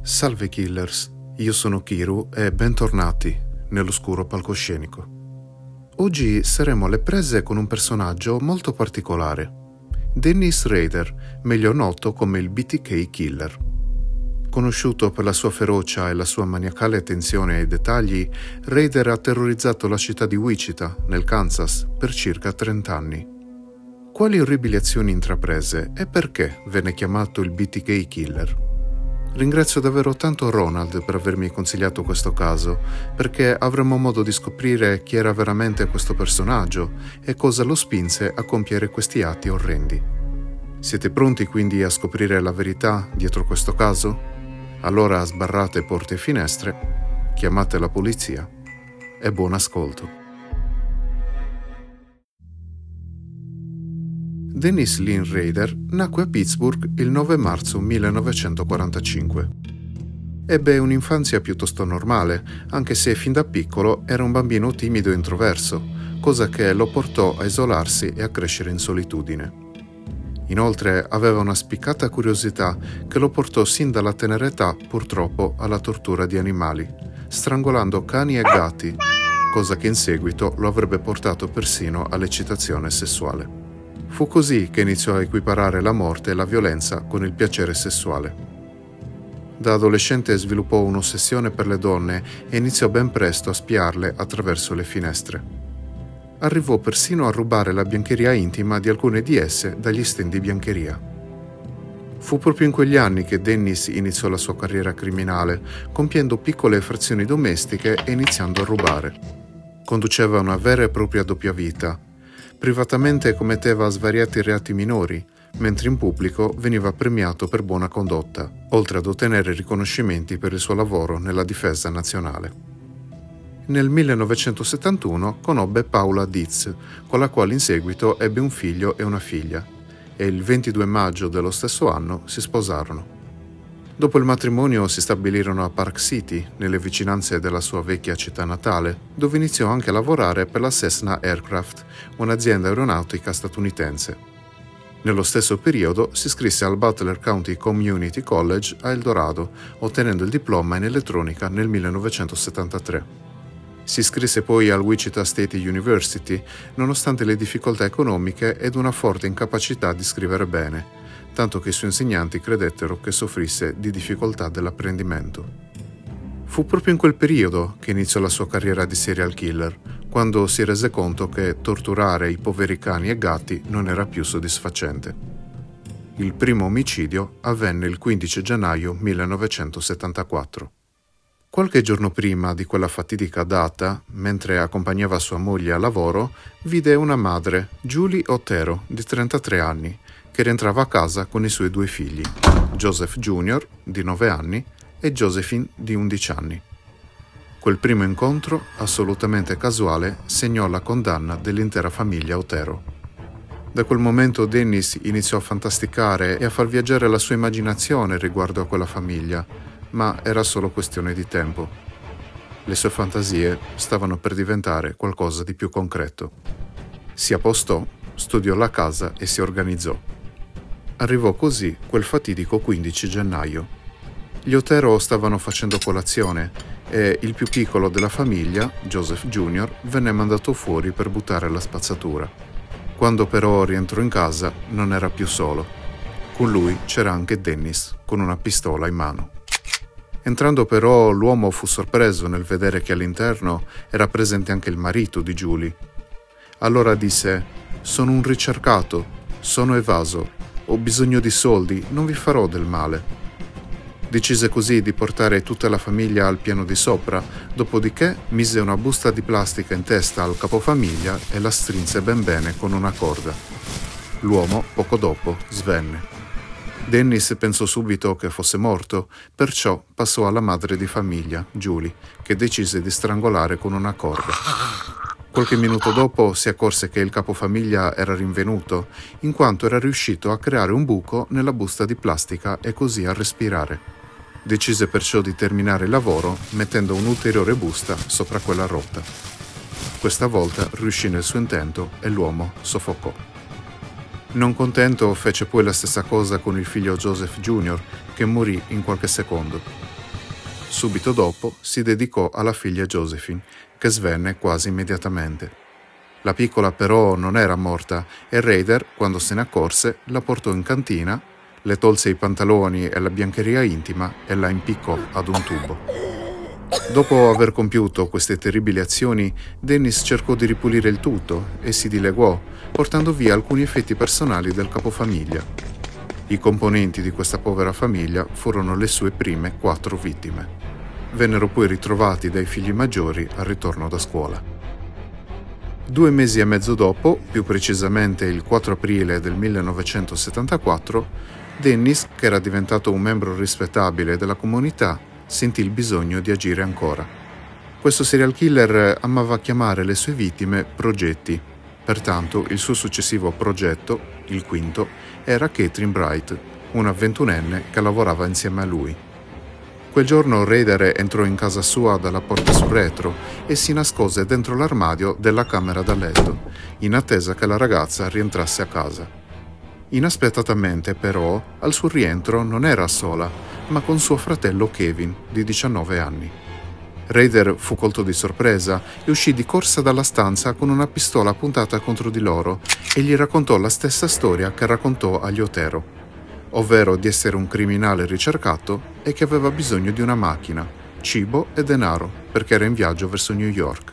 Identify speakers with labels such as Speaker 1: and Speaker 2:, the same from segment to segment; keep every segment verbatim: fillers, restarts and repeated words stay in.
Speaker 1: Salve killers, io sono Kiru e bentornati nell'oscuro palcoscenico. Oggi saremo alle prese con un personaggio molto particolare, Dennis Rader, meglio noto come il B T K Killer. Conosciuto per la sua ferocia e la sua maniacale attenzione ai dettagli, Rader ha terrorizzato la città di Wichita, nel Kansas, per circa trenta anni. Quali orribili azioni intraprese e perché venne chiamato il B T K Killer? Ringrazio davvero tanto Ronald per avermi consigliato questo caso, perché avremo modo di scoprire chi era veramente questo personaggio e cosa lo spinse a compiere questi atti orrendi. Siete pronti quindi a scoprire la verità dietro questo caso? Allora sbarrate porte e finestre, chiamate la polizia e buon ascolto. Dennis Lynn Rader nacque a Pittsburgh il nove marzo millenovecentoquarantacinque. Ebbe un'infanzia piuttosto normale, anche se fin da piccolo era un bambino timido e introverso, cosa che lo portò a isolarsi e a crescere in solitudine. Inoltre aveva una spiccata curiosità che lo portò sin dalla tenera età, purtroppo, alla tortura di animali, strangolando cani e gatti, cosa che in seguito lo avrebbe portato persino all'eccitazione sessuale. Fu così che iniziò a equiparare la morte e la violenza con il piacere sessuale. Da adolescente sviluppò un'ossessione per le donne e iniziò ben presto a spiarle attraverso le finestre. Arrivò persino a rubare la biancheria intima di alcune di esse dagli stand di biancheria. Fu proprio in quegli anni che Dennis iniziò la sua carriera criminale, compiendo piccole effrazioni domestiche e iniziando a rubare. Conduceva una vera e propria doppia vita. Privatamente commetteva svariati reati minori, mentre in pubblico veniva premiato per buona condotta, oltre ad ottenere riconoscimenti per il suo lavoro nella difesa nazionale. Nel millenovecentosettantuno conobbe Paula Dietz, con la quale in seguito ebbe un figlio e una figlia, e il ventidue maggio dello stesso anno si sposarono. Dopo il matrimonio si stabilirono a Park City, nelle vicinanze della sua vecchia città natale, dove iniziò anche a lavorare per la Cessna Aircraft, un'azienda aeronautica statunitense. Nello stesso periodo si iscrisse al Butler County Community College a El Dorado, ottenendo il diploma in elettronica nel millenovecentosettantatré. Si iscrisse poi al Wichita State University, nonostante le difficoltà economiche ed una forte incapacità di scrivere bene, tanto che i suoi insegnanti credettero che soffrisse di difficoltà dell'apprendimento. Fu proprio in quel periodo che iniziò la sua carriera di serial killer, quando si rese conto che torturare i poveri cani e gatti non era più soddisfacente. Il primo omicidio avvenne il quindici gennaio millenovecentosettantaquattro. Qualche giorno prima di quella fatidica data, mentre accompagnava sua moglie al lavoro, vide una madre, Julie Otero, di trentatré anni, che rientrava a casa con i suoi due figli, Joseph Junior, di nove anni, e Josephine, di undici anni. Quel primo incontro, assolutamente casuale, segnò la condanna dell'intera famiglia Otero. Da quel momento Dennis iniziò a fantasticare e a far viaggiare la sua immaginazione riguardo a quella famiglia, ma era solo questione di tempo. Le sue fantasie stavano per diventare qualcosa di più concreto. Si appostò, studiò la casa e si organizzò. Arrivò così quel fatidico quindici gennaio. Gli Otero stavano facendo colazione e il più piccolo della famiglia, Joseph Junior, venne mandato fuori per buttare la spazzatura. Quando però rientrò in casa non era più solo. Con lui c'era anche Dennis, con una pistola in mano. Entrando però l'uomo fu sorpreso nel vedere che all'interno era presente anche il marito di Julie. Allora disse: «Sono un ricercato, sono evaso. Ho bisogno di soldi, non vi farò del male». Decise così di portare tutta la famiglia al piano di sopra, dopodiché mise una busta di plastica in testa al capofamiglia e la strinse ben bene con una corda. L'uomo, poco dopo, svenne. Dennis pensò subito che fosse morto, perciò passò alla madre di famiglia, Julie, che decise di strangolare con una corda. Qualche minuto dopo si accorse che il capofamiglia era rinvenuto, in quanto era riuscito a creare un buco nella busta di plastica e così a respirare. Decise perciò di terminare il lavoro mettendo un'ulteriore busta sopra quella rotta. Questa volta riuscì nel suo intento e l'uomo soffocò. Non contento, fece poi la stessa cosa con il figlio Joseph junior, che morì in qualche secondo. Subito dopo si dedicò alla figlia Josephine, che svenne quasi immediatamente. La piccola però non era morta e Rader, quando se ne accorse, la portò in cantina, le tolse i pantaloni e la biancheria intima e la impiccò ad un tubo. Dopo aver compiuto queste terribili azioni, Dennis cercò di ripulire il tutto e si dileguò, portando via alcuni effetti personali del capofamiglia. I componenti di questa povera famiglia furono le sue prime quattro vittime. Vennero poi ritrovati dai figli maggiori al ritorno da scuola. Due mesi e mezzo dopo, più precisamente il quattro aprile del millenovecentosettantaquattro, Dennis, che era diventato un membro rispettabile della comunità, sentì il bisogno di agire ancora. Questo serial killer amava chiamare le sue vittime progetti, pertanto il suo successivo progetto, il quinto, era Catherine Bright, una ventunenne che lavorava insieme a lui. Quel giorno Rader entrò in casa sua dalla porta sul retro e si nascose dentro l'armadio della camera da letto, in attesa che la ragazza rientrasse a casa. Inaspettatamente, però, al suo rientro non era sola, ma con suo fratello Kevin, di diciannove anni. Rader fu colto di sorpresa e uscì di corsa dalla stanza con una pistola puntata contro di loro e gli raccontò la stessa storia che raccontò agli Otero, ovvero di essere un criminale ricercato e che aveva bisogno di una macchina, cibo e denaro perché era in viaggio verso New York.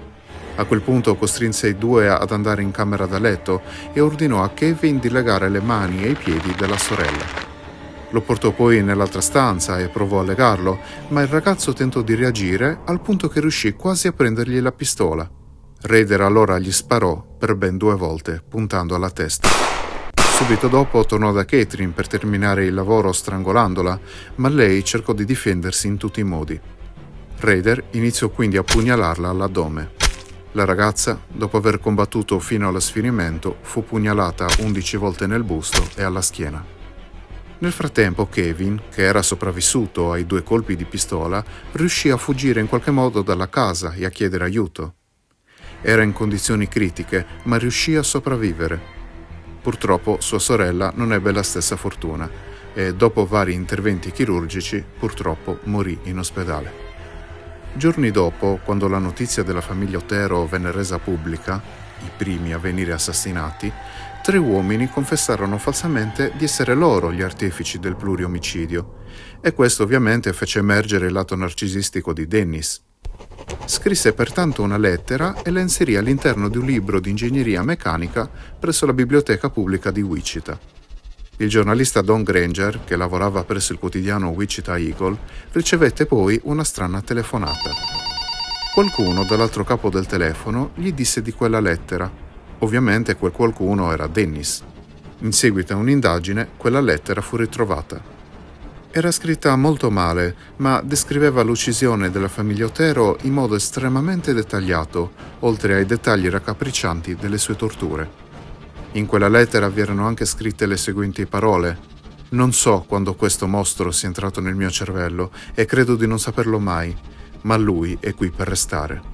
Speaker 1: A quel punto costrinse i due ad andare in camera da letto e ordinò a Kevin di legare le mani e i piedi della sorella. Lo portò poi nell'altra stanza e provò a legarlo, ma il ragazzo tentò di reagire al punto che riuscì quasi a prendergli la pistola. Rader allora gli sparò per ben due volte, puntando alla testa. Subito dopo tornò da Catherine per terminare il lavoro strangolandola, ma lei cercò di difendersi in tutti i modi. Rader iniziò quindi a pugnalarla all'addome. La ragazza, dopo aver combattuto fino allo sfinimento, fu pugnalata undici volte nel busto e alla schiena. Nel frattempo Kevin, che era sopravvissuto ai due colpi di pistola, riuscì a fuggire in qualche modo dalla casa e a chiedere aiuto. Era in condizioni critiche, ma riuscì a sopravvivere. Purtroppo sua sorella non ebbe la stessa fortuna e, dopo vari interventi chirurgici, purtroppo morì in ospedale. Giorni dopo, quando la notizia della famiglia Otero venne resa pubblica, i primi a venire assassinati, tre uomini confessarono falsamente di essere loro gli artefici del pluriomicidio, e questo ovviamente fece emergere il lato narcisistico di Dennis. Scrisse pertanto una lettera e la inserì all'interno di un libro di ingegneria meccanica presso la biblioteca pubblica di Wichita. Il giornalista Don Granger, che lavorava presso il quotidiano Wichita Eagle, ricevette poi una strana telefonata. Qualcuno dall'altro capo del telefono gli disse di quella lettera. Ovviamente quel qualcuno era Dennis. In seguito a un'indagine, quella lettera fu ritrovata. Era scritta molto male, ma descriveva l'uccisione della famiglia Otero in modo estremamente dettagliato, oltre ai dettagli raccapriccianti delle sue torture. In quella lettera vi erano anche scritte le seguenti parole: «Non so quando questo mostro sia entrato nel mio cervello e credo di non saperlo mai, ma lui è qui per restare».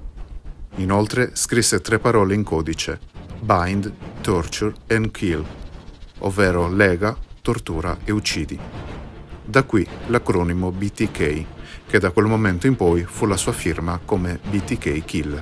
Speaker 1: Inoltre scrisse tre parole in codice: bind, torture and kill, ovvero lega, tortura e uccidi. Da qui l'acronimo B T K, che da quel momento in poi fu la sua firma come B T K Killer.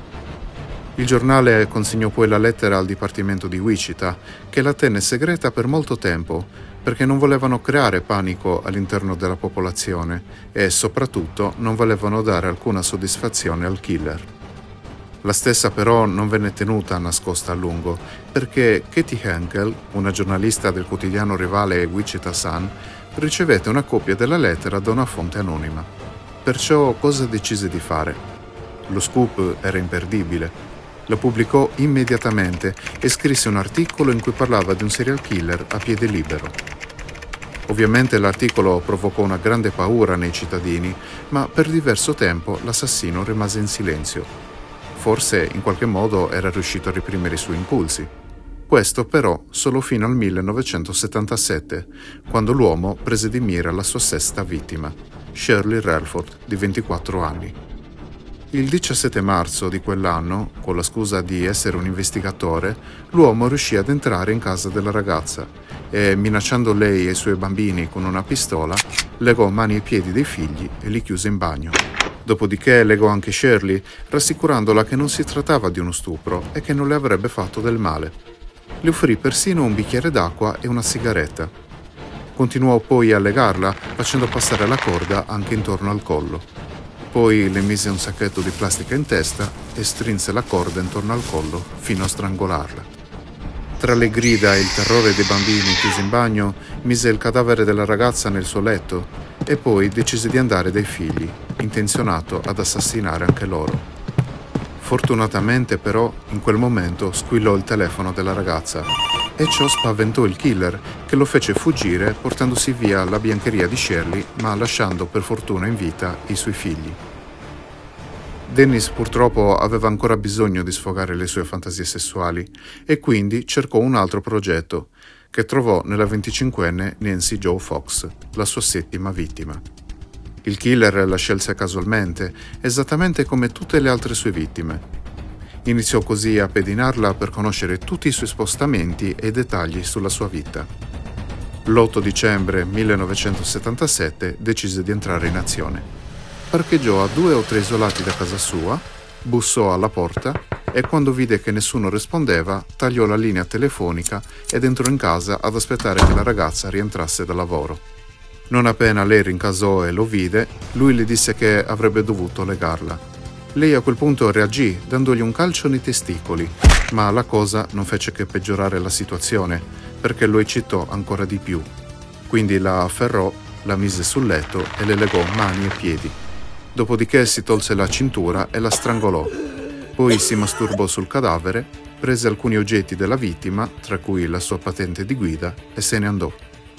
Speaker 1: Il giornale consegnò poi la lettera al dipartimento di Wichita, che la tenne segreta per molto tempo, perché non volevano creare panico all'interno della popolazione e soprattutto non volevano dare alcuna soddisfazione al killer. La stessa però non venne tenuta nascosta a lungo, perché Katie Henkel, una giornalista del quotidiano rivale Wichita Sun, ricevette una copia della lettera da una fonte anonima. Perciò cosa decise di fare? Lo scoop era imperdibile. Lo pubblicò immediatamente e scrisse un articolo in cui parlava di un serial killer a piede libero. Ovviamente l'articolo provocò una grande paura nei cittadini, ma per diverso tempo l'assassino rimase in silenzio. Forse in qualche modo era riuscito a reprimere i suoi impulsi. Questo però solo fino al millenovecentosettantasette, quando l'uomo prese di mira la sua sesta vittima, Shirley Relford, di ventiquattro anni. Il diciassette marzo di quell'anno, con la scusa di essere un investigatore, l'uomo riuscì ad entrare in casa della ragazza e, minacciando lei e i suoi bambini con una pistola, legò mani e piedi dei figli e li chiuse in bagno. Dopodiché legò anche Shirley, rassicurandola che non si trattava di uno stupro e che non le avrebbe fatto del male. Le offrì persino un bicchiere d'acqua e una sigaretta. Continuò poi a legarla, facendo passare la corda anche intorno al collo. Poi le mise un sacchetto di plastica in testa e strinse la corda intorno al collo fino a strangolarla. Tra le grida e il terrore dei bambini chiusi in bagno, mise il cadavere della ragazza nel suo letto e poi decise di andare dai figli, intenzionato ad assassinare anche loro. Fortunatamente però, in quel momento squillò il telefono della ragazza e ciò spaventò il killer, che lo fece fuggire portandosi via la biancheria di Shirley, ma lasciando per fortuna in vita i suoi figli. Dennis purtroppo aveva ancora bisogno di sfogare le sue fantasie sessuali e quindi cercò un altro progetto, che trovò nella venticinquenne Nancy Jo Fox, la sua settima vittima. Il killer la scelse casualmente, esattamente come tutte le altre sue vittime. Iniziò così a pedinarla per conoscere tutti i suoi spostamenti e i dettagli sulla sua vita. L'otto dicembre millenovecentosettantasette decise di entrare in azione. Parcheggiò a due o tre isolati da casa sua, bussò alla porta e quando vide che nessuno rispondeva, tagliò la linea telefonica ed entrò in casa ad aspettare che la ragazza rientrasse da lavoro. Non appena lei rincasò e lo vide, lui le disse che avrebbe dovuto legarla. Lei a quel punto reagì, dandogli un calcio nei testicoli, ma la cosa non fece che peggiorare la situazione, perché lo eccitò ancora di più. Quindi la afferrò, la mise sul letto e le legò mani e piedi. Dopodiché si tolse la cintura e la strangolò. Poi si masturbò sul cadavere, prese alcuni oggetti della vittima, tra cui la sua patente di guida, e se ne andò.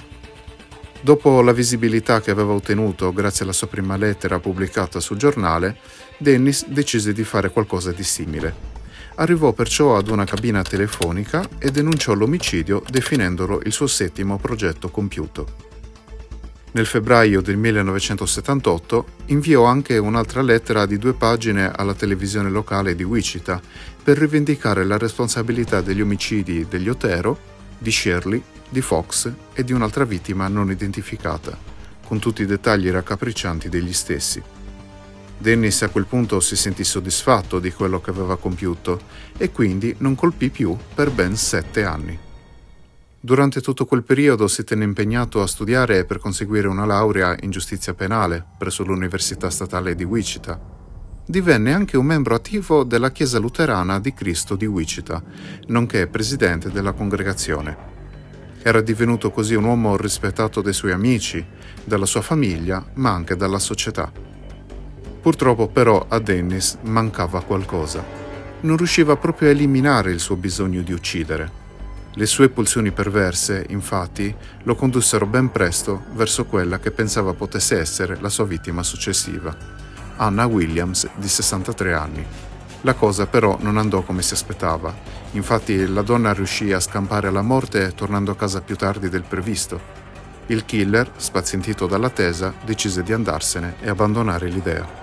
Speaker 1: Dopo la visibilità che aveva ottenuto grazie alla sua prima lettera pubblicata sul giornale, Dennis decise di fare qualcosa di simile. Arrivò perciò ad una cabina telefonica e denunciò l'omicidio definendolo il suo settimo progetto compiuto. Nel febbraio del millenovecentosettantotto inviò anche un'altra lettera di due pagine alla televisione locale di Wichita per rivendicare la responsabilità degli omicidi degli Otero, di Shirley, di Fox e di un'altra vittima non identificata, con tutti i dettagli raccapriccianti degli stessi. Dennis a quel punto si sentì soddisfatto di quello che aveva compiuto e quindi non colpì più per ben sette anni. Durante tutto quel periodo si tenne impegnato a studiare per conseguire una laurea in giustizia penale presso l'Università Statale di Wichita. Divenne anche un membro attivo della Chiesa Luterana di Cristo di Wichita, nonché presidente della congregazione. Era divenuto così un uomo rispettato dai suoi amici, dalla sua famiglia, ma anche dalla società. Purtroppo però a Dennis mancava qualcosa. Non riusciva proprio a eliminare il suo bisogno di uccidere. Le sue pulsioni perverse, infatti, lo condussero ben presto verso quella che pensava potesse essere la sua vittima successiva, Anna Williams, di sessantatré anni. La cosa però non andò come si aspettava. Infatti la donna riuscì a scampare alla morte tornando a casa più tardi del previsto. Il killer, spazientito dall'attesa, decise di andarsene e abbandonare l'idea.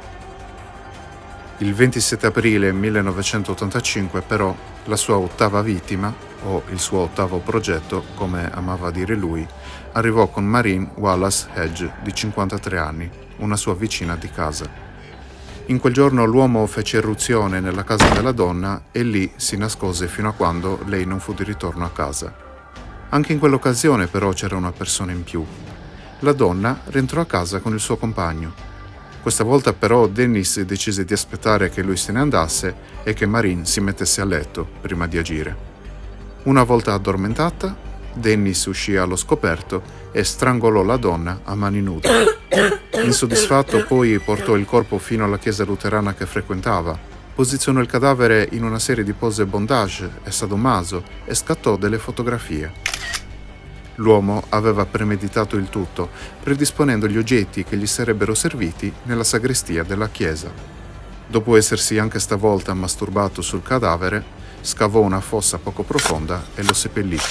Speaker 1: Il ventisette aprile millenovecentottantacinque, però, la sua ottava vittima, o il suo ottavo progetto, come amava dire lui, arrivò con Maureen Wallace Hedge, di cinquantatré anni, una sua vicina di casa. In quel giorno l'uomo fece irruzione nella casa della donna e lì si nascose fino a quando lei non fu di ritorno a casa. Anche in quell'occasione però c'era una persona in più. La donna rientrò a casa con il suo compagno. Questa volta però Dennis decise di aspettare che lui se ne andasse e che Maureen si mettesse a letto prima di agire. Una volta addormentata, Dennis uscì allo scoperto e strangolò la donna a mani nude. Insoddisfatto poi portò il corpo fino alla chiesa luterana che frequentava, posizionò il cadavere in una serie di pose bondage e sadomaso e scattò delle fotografie. L'uomo aveva premeditato il tutto, predisponendo gli oggetti che gli sarebbero serviti nella sagrestia della chiesa. Dopo essersi anche stavolta masturbato sul cadavere, scavò una fossa poco profonda e lo seppellì.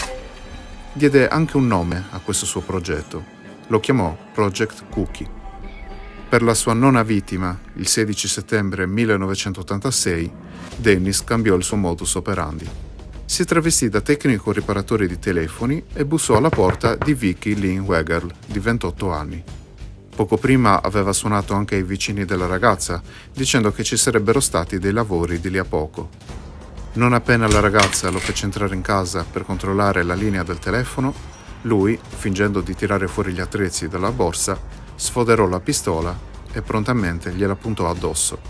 Speaker 1: Diede anche un nome a questo suo progetto. Lo chiamò Project Cookie. Per la sua nona vittima, il sedici settembre millenovecentottantasei, Dennis cambiò il suo modus operandi. Si travestì da tecnico riparatore di telefoni e bussò alla porta di Vicky Lynn Wegerle, di ventotto anni. Poco prima aveva suonato anche ai vicini della ragazza, dicendo che ci sarebbero stati dei lavori di lì a poco. Non appena la ragazza lo fece entrare in casa per controllare la linea del telefono, lui, fingendo di tirare fuori gli attrezzi dalla borsa, sfoderò la pistola e prontamente gliela puntò addosso.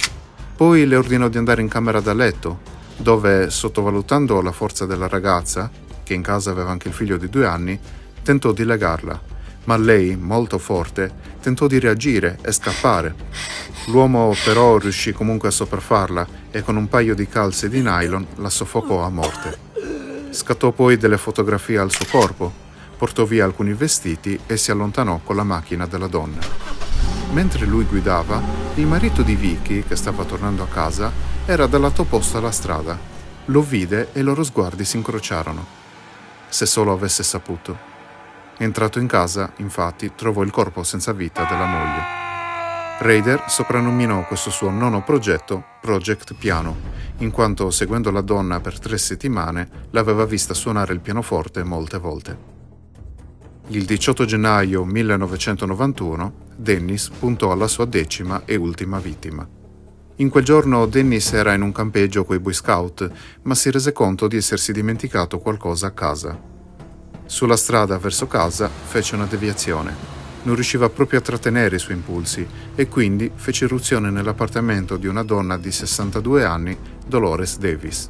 Speaker 1: Poi le ordinò di andare in camera da letto, dove, sottovalutando la forza della ragazza, che in casa aveva anche il figlio di due anni, tentò di legarla, ma lei, molto forte, tentò di reagire e scappare. L'uomo però riuscì comunque a sopraffarla e con un paio di calze di nylon la soffocò a morte. Scattò poi delle fotografie al suo corpo, portò via alcuni vestiti e si allontanò con la macchina della donna. Mentre lui guidava, il marito di Vicky, che stava tornando a casa, era dal lato opposto alla strada. Lo vide e i loro sguardi si incrociarono. Se solo avesse saputo. Entrato in casa, infatti, trovò il corpo senza vita della moglie. Rader soprannominò questo suo nono progetto Project Piano, in quanto, seguendo la donna per tre settimane, l'aveva vista suonare il pianoforte molte volte. Il diciotto gennaio millenovecentonovantuno, Dennis puntò alla sua decima e ultima vittima. In quel giorno Dennis era in un campeggio coi Boy Scout, ma si rese conto di essersi dimenticato qualcosa a casa. Sulla strada verso casa fece una deviazione. Non riusciva proprio a trattenere i suoi impulsi e quindi fece irruzione nell'appartamento di una donna di sessantadue anni, Dolores Davis.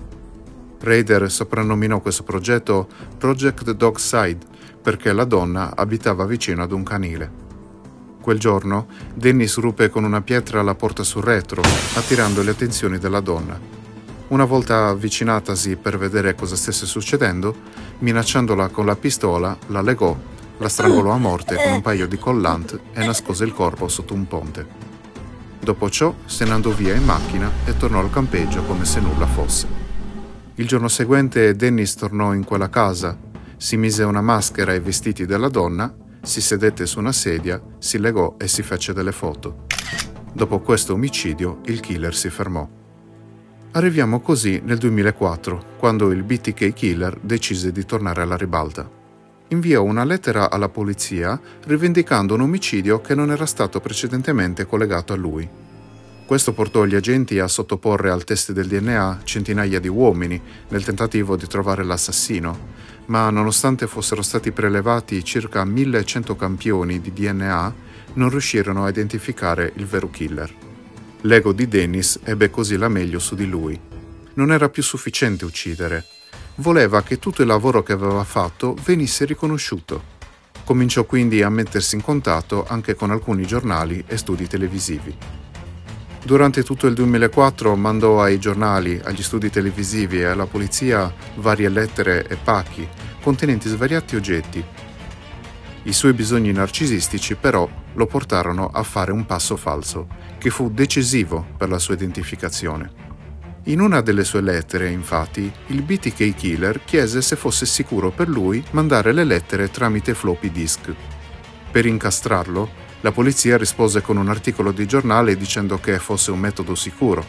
Speaker 1: Rader soprannominò questo progetto Project Dogside perché la donna abitava vicino ad un canile. Quel giorno Dennis ruppe con una pietra la porta sul retro, attirando le attenzioni della donna. Una volta avvicinatasi per vedere cosa stesse succedendo, minacciandola con la pistola, la legò, la strangolò a morte con un paio di collant e nascose il corpo sotto un ponte. Dopo ciò se ne andò via in macchina e tornò al campeggio come se nulla fosse. Il giorno seguente Dennis tornò in quella casa, si mise una maschera e i vestiti della donna, si sedette su una sedia, si legò e si fece delle foto. Dopo questo omicidio il killer si fermò. Arriviamo così nel duemilaquattro, quando il B T K Killer decise di tornare alla ribalta. Inviò una lettera alla polizia rivendicando un omicidio che non era stato precedentemente collegato a lui. Questo portò gli agenti a sottoporre al test del D N A centinaia di uomini nel tentativo di trovare l'assassino, ma nonostante fossero stati prelevati circa millecento campioni di D N A, non riuscirono a identificare il vero killer. L'ego di Dennis ebbe così la meglio su di lui. Non era più sufficiente uccidere. Voleva che tutto il lavoro che aveva fatto venisse riconosciuto. Cominciò quindi a mettersi in contatto anche con alcuni giornali e studi televisivi. Durante tutto il duemilaquattro mandò ai giornali, agli studi televisivi e alla polizia varie lettere e pacchi contenenti svariati oggetti. I suoi bisogni narcisistici però lo portarono a fare un passo falso, che fu decisivo per la sua identificazione. In una delle sue lettere, infatti, il B T K Killer chiese se fosse sicuro per lui mandare le lettere tramite floppy disk. Per incastrarlo, la polizia rispose con un articolo di giornale dicendo che fosse un metodo sicuro.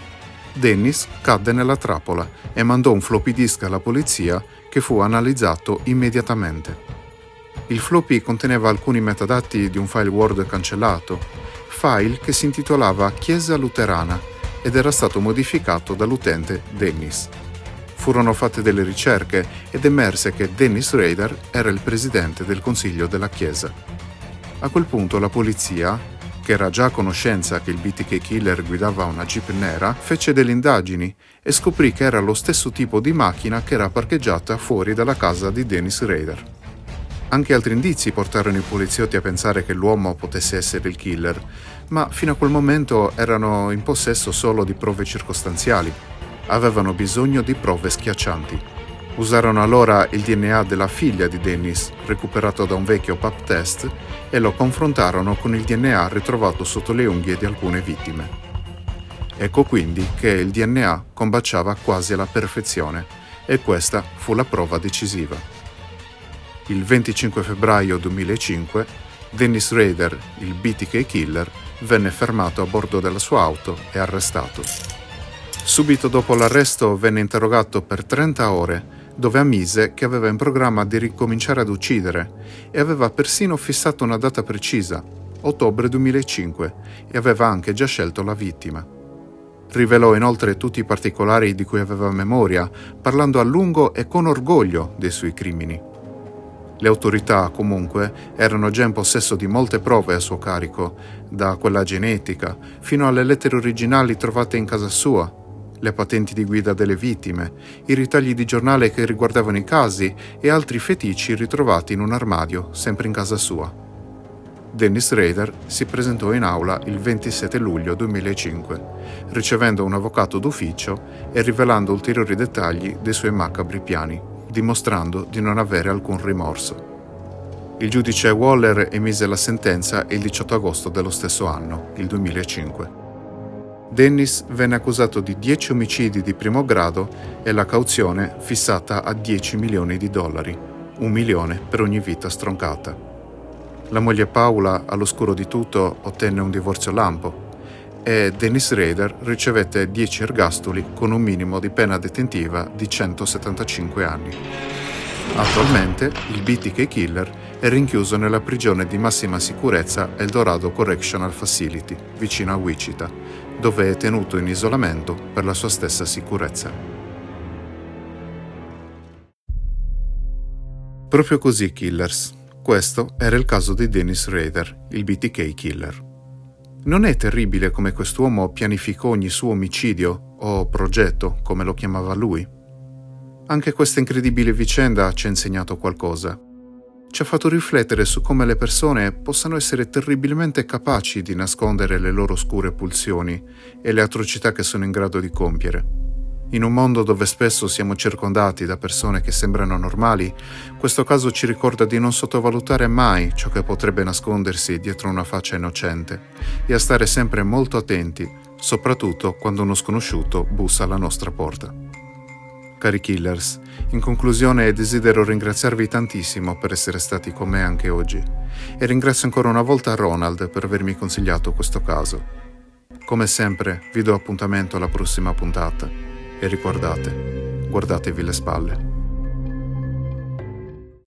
Speaker 1: Dennis cadde nella trappola e mandò un floppy disk alla polizia che fu analizzato immediatamente. Il floppy conteneva alcuni metadati di un file Word cancellato, file che si intitolava Chiesa Luterana ed era stato modificato dall'utente Dennis. Furono fatte delle ricerche ed emerse che Dennis Rader era il presidente del consiglio della Chiesa. A quel punto la polizia, che era già a conoscenza che il B T K Killer guidava una Jeep nera, fece delle indagini e scoprì che era lo stesso tipo di macchina che era parcheggiata fuori dalla casa di Dennis Rader. Anche altri indizi portarono i poliziotti a pensare che l'uomo potesse essere il killer, ma fino a quel momento erano in possesso solo di prove circostanziali. Avevano bisogno di prove schiaccianti. Usarono allora il D N A della figlia di Dennis, recuperato da un vecchio pap test, e lo confrontarono con il D N A ritrovato sotto le unghie di alcune vittime. Ecco quindi che il D N A combaciava quasi alla perfezione, e questa fu la prova decisiva. Il venticinque febbraio duemilacinque, Dennis Rader, il B T K Killer, venne fermato a bordo della sua auto e arrestato. Subito dopo l'arresto venne interrogato per trenta ore, dove ammise che aveva in programma di ricominciare ad uccidere e aveva persino fissato una data precisa, ottobre duemilacinque, e aveva anche già scelto la vittima. Rivelò inoltre tutti i particolari di cui aveva memoria, parlando a lungo e con orgoglio dei suoi crimini. Le autorità, comunque, erano già in possesso di molte prove a suo carico, da quella genetica fino alle lettere originali trovate in casa sua, le patenti di guida delle vittime, i ritagli di giornale che riguardavano i casi e altri feticci ritrovati in un armadio, sempre in casa sua. Dennis Rader si presentò in aula il ventisette luglio duemilacinque, ricevendo un avvocato d'ufficio e rivelando ulteriori dettagli dei suoi macabri piani, dimostrando di non avere alcun rimorso. Il giudice Waller emise la sentenza il diciotto agosto dello stesso anno, il duemilacinque. Dennis venne accusato di dieci omicidi di primo grado e la cauzione fissata a dieci milioni di dollari, un milione per ogni vita stroncata. La moglie Paula, all'oscuro di tutto, ottenne un divorzio lampo e Dennis Rader ricevette dieci ergastoli con un minimo di pena detentiva di centosettantacinque anni. Attualmente il B T K Killer è rinchiuso nella prigione di massima sicurezza Eldorado Correctional Facility, vicino a Wichita, dove è tenuto in isolamento per la sua stessa sicurezza. Proprio così, Killers. Questo era il caso di Dennis Rader, il B T K Killer. Non è terribile come quest'uomo pianificò ogni suo omicidio, o progetto, come lo chiamava lui? Anche questa incredibile vicenda ci ha insegnato qualcosa. Ci ha fatto riflettere su come le persone possano essere terribilmente capaci di nascondere le loro oscure pulsioni e le atrocità che sono in grado di compiere. In un mondo dove spesso siamo circondati da persone che sembrano normali, questo caso ci ricorda di non sottovalutare mai ciò che potrebbe nascondersi dietro una faccia innocente e a stare sempre molto attenti, soprattutto quando uno sconosciuto bussa alla nostra porta. Cari Killers, in conclusione desidero ringraziarvi tantissimo per essere stati con me anche oggi e ringrazio ancora una volta Ronald per avermi consigliato questo caso. Come sempre vi do appuntamento alla prossima puntata e ricordate, guardatevi le spalle.